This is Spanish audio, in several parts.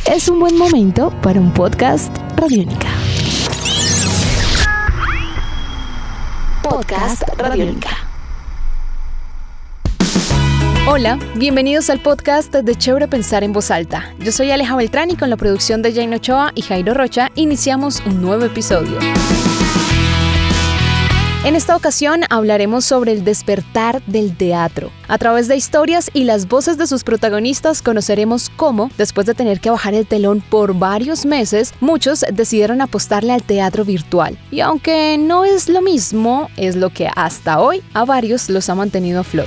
es un buen momento para un podcast Radiónica. Podcast Radiónica. Hola, bienvenidos al podcast de Chévere Pensar en Voz Alta. Yo soy Aleja Beltrán y con la producción de Jane Ochoa y Jairo Rocha iniciamos un nuevo episodio. En esta ocasión hablaremos sobre el despertar del teatro. A través de historias y las voces de sus protagonistas conoceremos cómo, después de tener que bajar el telón por varios meses, muchos decidieron apostarle al teatro virtual. Y aunque no es lo mismo, es lo que hasta hoy a varios los ha mantenido a flote.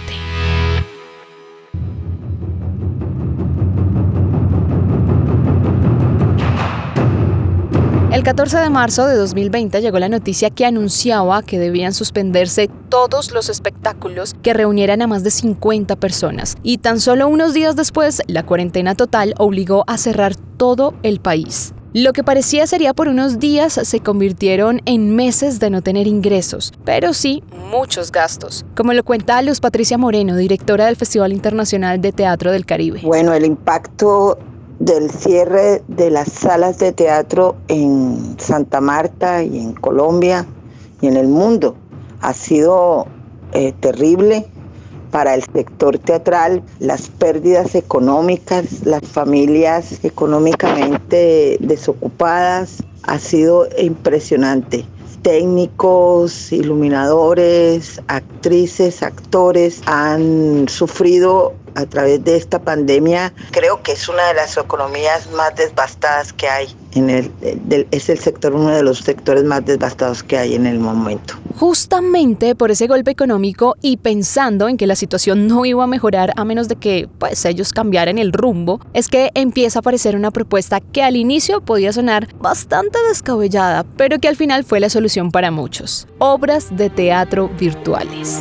El 14 de marzo de 2020 llegó la noticia que anunciaba que debían suspenderse todos los espectáculos que reunieran a más de 50 personas. Y tan solo unos días después, la cuarentena total obligó a cerrar todo el país. Lo que parecía sería por unos días se convirtieron en meses de no tener ingresos, pero sí muchos gastos. Como lo cuenta Luz Patricia Moreno, directora del Festival Internacional de Teatro del Caribe. Bueno, el impacto del cierre de las salas de teatro en Santa Marta y en Colombia y en el mundo ha sido terrible para el sector teatral. Las pérdidas económicas, las familias económicamente desocupadas, ha sido impresionante. Técnicos, iluminadores, actrices, actores han sufrido a través de esta pandemia. Creo que es una de las economías más devastadas que hay es el sector, uno de los sectores más devastados que hay en el momento. Justamente por ese golpe económico y pensando en que la situación no iba a mejorar a menos de que ellos cambiaran el rumbo, es que empieza a aparecer una propuesta que al inicio podía sonar bastante descabellada, pero que al final fue la solución para muchos: obras de teatro virtuales.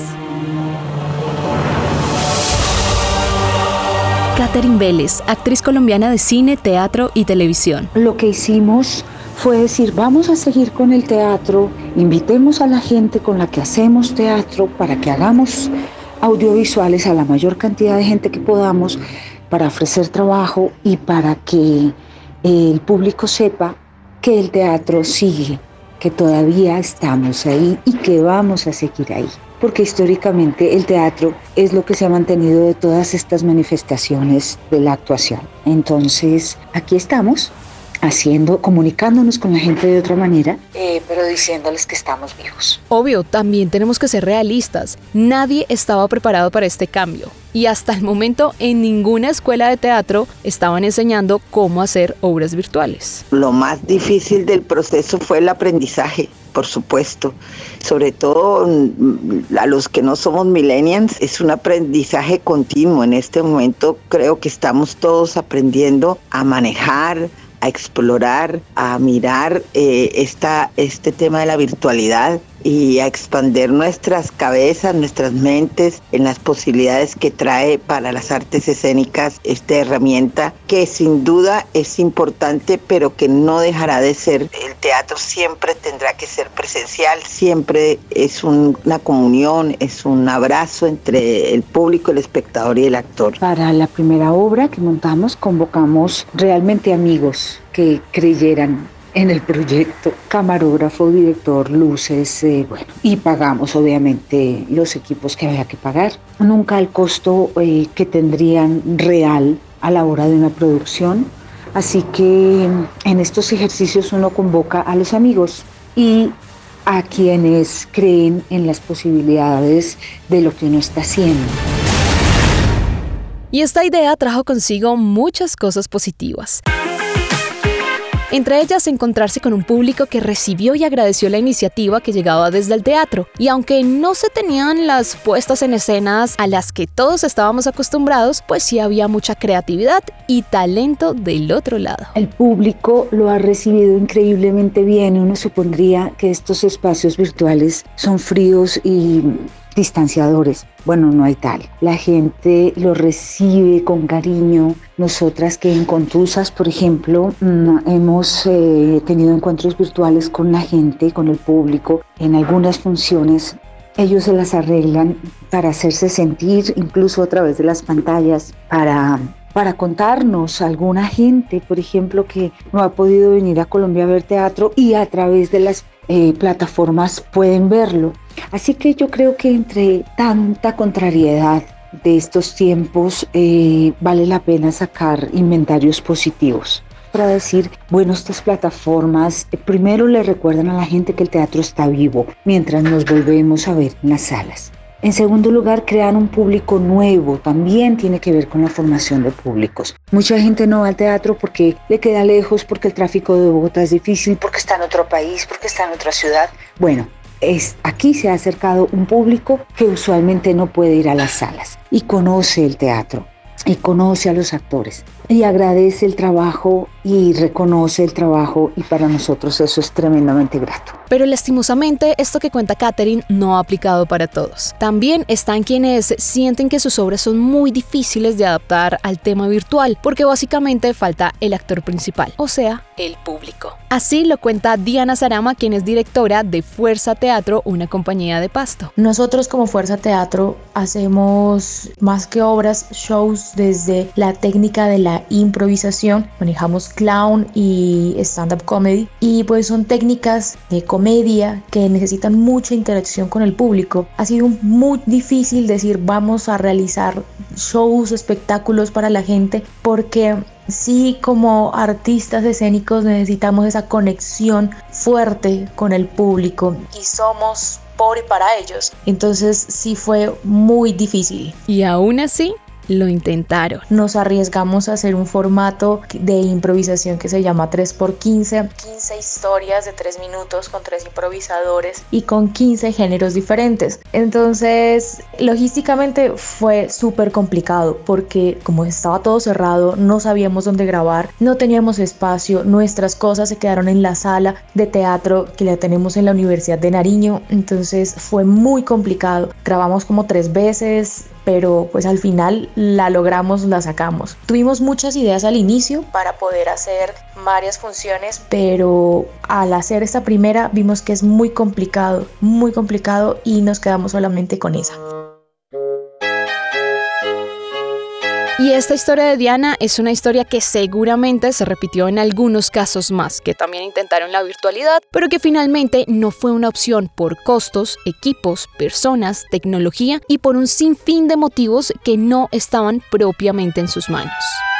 Catherine Vélez, actriz colombiana de cine, teatro y televisión. Lo que hicimos fue decir, vamos a seguir con el teatro, invitemos a la gente con la que hacemos teatro para que hagamos audiovisuales a la mayor cantidad de gente que podamos, para ofrecer trabajo y para que el público sepa que el teatro sigue, que todavía estamos ahí y que vamos a seguir ahí. Porque históricamente el teatro es lo que se ha mantenido de todas estas manifestaciones de la actuación. Entonces, aquí estamos comunicándonos con la gente de otra manera, pero diciéndoles que estamos vivos. Obvio, también tenemos que ser realistas. Nadie estaba preparado para este cambio. Y hasta el momento en ninguna escuela de teatro estaban enseñando cómo hacer obras virtuales. Lo más difícil del proceso fue el aprendizaje, por supuesto. Sobre todo a los que no somos millennials, es un aprendizaje continuo. En este momento creo que estamos todos aprendiendo a manejar, a explorar, a mirar este tema de la virtualidad y a expandir nuestras cabezas, nuestras mentes en las posibilidades que trae para las artes escénicas esta herramienta que sin duda es importante, pero que no dejará de ser. El teatro siempre tendrá que ser presencial, siempre es una comunión, es un abrazo entre el público, el espectador y el actor. Para la primera obra que montamos, convocamos realmente amigos que creyeran en el proyecto, camarógrafo, director, luces, y pagamos obviamente los equipos que había que pagar. Nunca el costo que tendrían real a la hora de una producción. Así que en estos ejercicios uno convoca a los amigos y a quienes creen en las posibilidades de lo que uno está haciendo. Y esta idea trajo consigo muchas cosas positivas. Entre ellas, encontrarse con un público que recibió y agradeció la iniciativa que llegaba desde el teatro. Y aunque no se tenían las puestas en escenas a las que todos estábamos acostumbrados, pues sí había mucha creatividad y talento del otro lado. El público lo ha recibido increíblemente bien. Uno supondría que estos espacios virtuales son fríos y distanciadores. Bueno, no hay tal. La gente lo recibe con cariño. Nosotras que en Contusas, por ejemplo, hemos tenido encuentros virtuales con la gente, con el público. En algunas funciones ellos se las arreglan para hacerse sentir, incluso a través de las pantallas, para para contarnos alguna gente, por ejemplo, que no ha podido venir a Colombia a ver teatro y a través de las plataformas pueden verlo. Así que yo creo que entre tanta contrariedad de estos tiempos vale la pena sacar inventarios positivos para decir, bueno, estas plataformas primero le recuerdan a la gente que el teatro está vivo mientras nos volvemos a ver en las salas. En segundo lugar, crear un público nuevo también tiene que ver con la formación de públicos. Mucha gente no va al teatro porque le queda lejos, porque el tráfico de Bogotá es difícil, porque está en otro país, porque está en otra ciudad. Bueno, aquí se ha acercado un público que usualmente no puede ir a las salas y conoce el teatro y conoce a los actores y agradece el trabajo y reconoce el trabajo, y para nosotros eso es tremendamente grato. Pero lastimosamente, esto que cuenta Catherine no ha aplicado para todos. También están quienes sienten que sus obras son muy difíciles de adaptar al tema virtual, porque básicamente falta el actor principal, o sea, el público. Así lo cuenta Diana Sarama, quien es directora de Fuerza Teatro, una compañía de Pasto. Nosotros como Fuerza Teatro hacemos más que obras, shows desde la técnica de la improvisación. Manejamos clown y stand-up comedy, y pues son técnicas de comedia que necesitan mucha interacción con el público. Ha sido muy difícil decir vamos a realizar shows, espectáculos para la gente, porque sí, como artistas escénicos necesitamos esa conexión fuerte con el público y somos por y para ellos. Entonces sí fue muy difícil. Y aún así lo intentaron. Nos arriesgamos a hacer un formato de improvisación que se llama 3x15, 15 historias de 3 minutos con 3 improvisadores y con 15 géneros diferentes. Entonces, logísticamente fue súper complicado porque como estaba todo cerrado, no sabíamos dónde grabar, no teníamos espacio, nuestras cosas se quedaron en la sala de teatro que la tenemos en la Universidad de Nariño, entonces fue muy complicado. Grabamos como 3 veces, pero pues al final la logramos, la sacamos. Tuvimos muchas ideas al inicio para poder hacer varias funciones, pero al hacer esta primera vimos que es muy complicado y nos quedamos solamente con esa. Y esta historia de Diana es una historia que seguramente se repitió en algunos casos más, que también intentaron la virtualidad, pero que finalmente no fue una opción por costos, equipos, personas, tecnología y por un sinfín de motivos que no estaban propiamente en sus manos.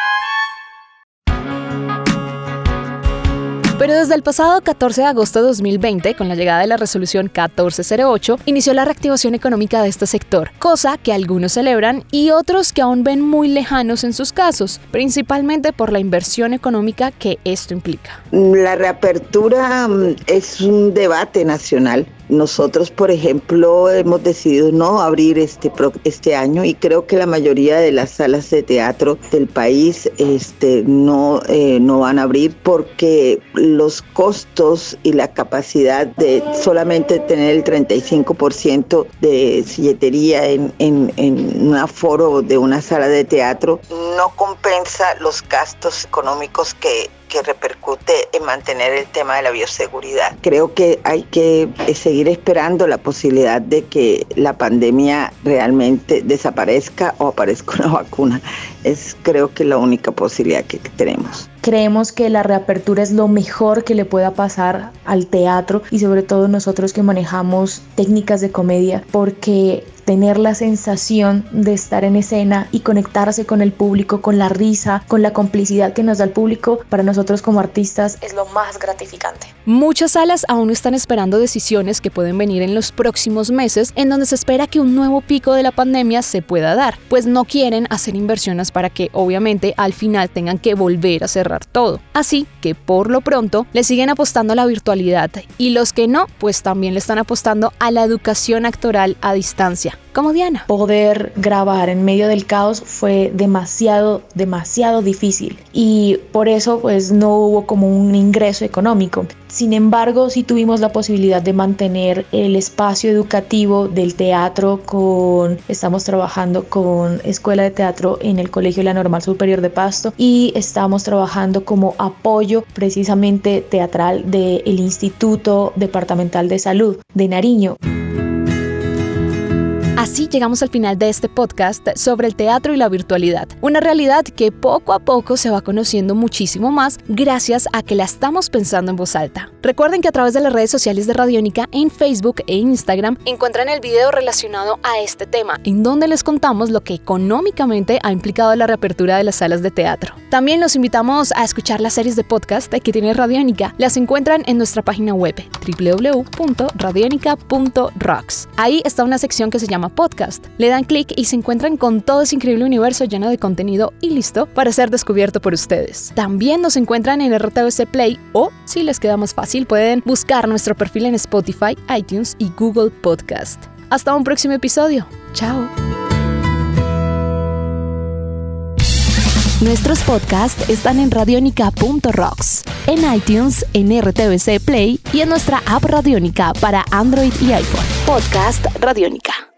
Pero desde el pasado 14 de agosto de 2020, con la llegada de la resolución 1408, inició la reactivación económica de este sector, cosa que algunos celebran y otros que aún ven muy lejanos en sus casos, principalmente por la inversión económica que esto implica. La reapertura es un debate nacional. Nosotros, por ejemplo, hemos decidido no abrir este año, y creo que la mayoría de las salas de teatro del país no van a abrir porque los costos y la capacidad de solamente tener el 35% de silletería en un aforo de una sala de teatro no compensa los gastos económicos que repercute en mantener el tema de la bioseguridad. Creo que hay que seguir esperando la posibilidad de que la pandemia realmente desaparezca o aparezca una vacuna. Es creo que la única posibilidad que tenemos. Creemos que la reapertura es lo mejor que le pueda pasar al teatro y sobre todo nosotros que manejamos técnicas de comedia, porque tener la sensación de estar en escena y conectarse con el público, con la risa, con la complicidad que nos da el público, para nosotros como artistas es lo más gratificante. Muchas salas aún están esperando decisiones que pueden venir en los próximos meses, en donde se espera que un nuevo pico de la pandemia se pueda dar, pues no quieren hacer inversiones para que obviamente al final tengan que volver a cerrar todo. Así que por lo pronto le siguen apostando a la virtualidad, y los que no, pues también le están apostando a la educación actoral a distancia, como Diana. Poder grabar en medio del caos fue demasiado difícil, y por eso pues no hubo como un ingreso económico. Sin embargo, sí tuvimos la posibilidad de mantener el espacio educativo del teatro. Estamos trabajando con Escuela de Teatro en el Colegio La Normal Superior de Pasto, y estamos trabajando como apoyo precisamente teatral del Instituto Departamental de Salud de Nariño. Así llegamos al final de este podcast sobre el teatro y la virtualidad, una realidad que poco a poco se va conociendo muchísimo más gracias a que la estamos pensando en voz alta. Recuerden que a través de las redes sociales de Radiónica en Facebook e Instagram encuentran el video relacionado a este tema, en donde les contamos lo que económicamente ha implicado la reapertura de las salas de teatro. También los invitamos a escuchar las series de podcast que tiene Radiónica. Las encuentran en nuestra página web www.radionica.rocks. Ahí está una sección que se llama Podcast. Le dan clic y se encuentran con todo ese increíble universo lleno de contenido y listo para ser descubierto por ustedes. También nos encuentran en RTVC Play o, si les queda más fácil, pueden buscar nuestro perfil en Spotify, iTunes y Google Podcast. Hasta un próximo episodio. Chao. Nuestros podcasts están en radionica.rocks, en iTunes, en RTVC Play y en nuestra app Radiónica para Android y iPhone. Podcast Radiónica.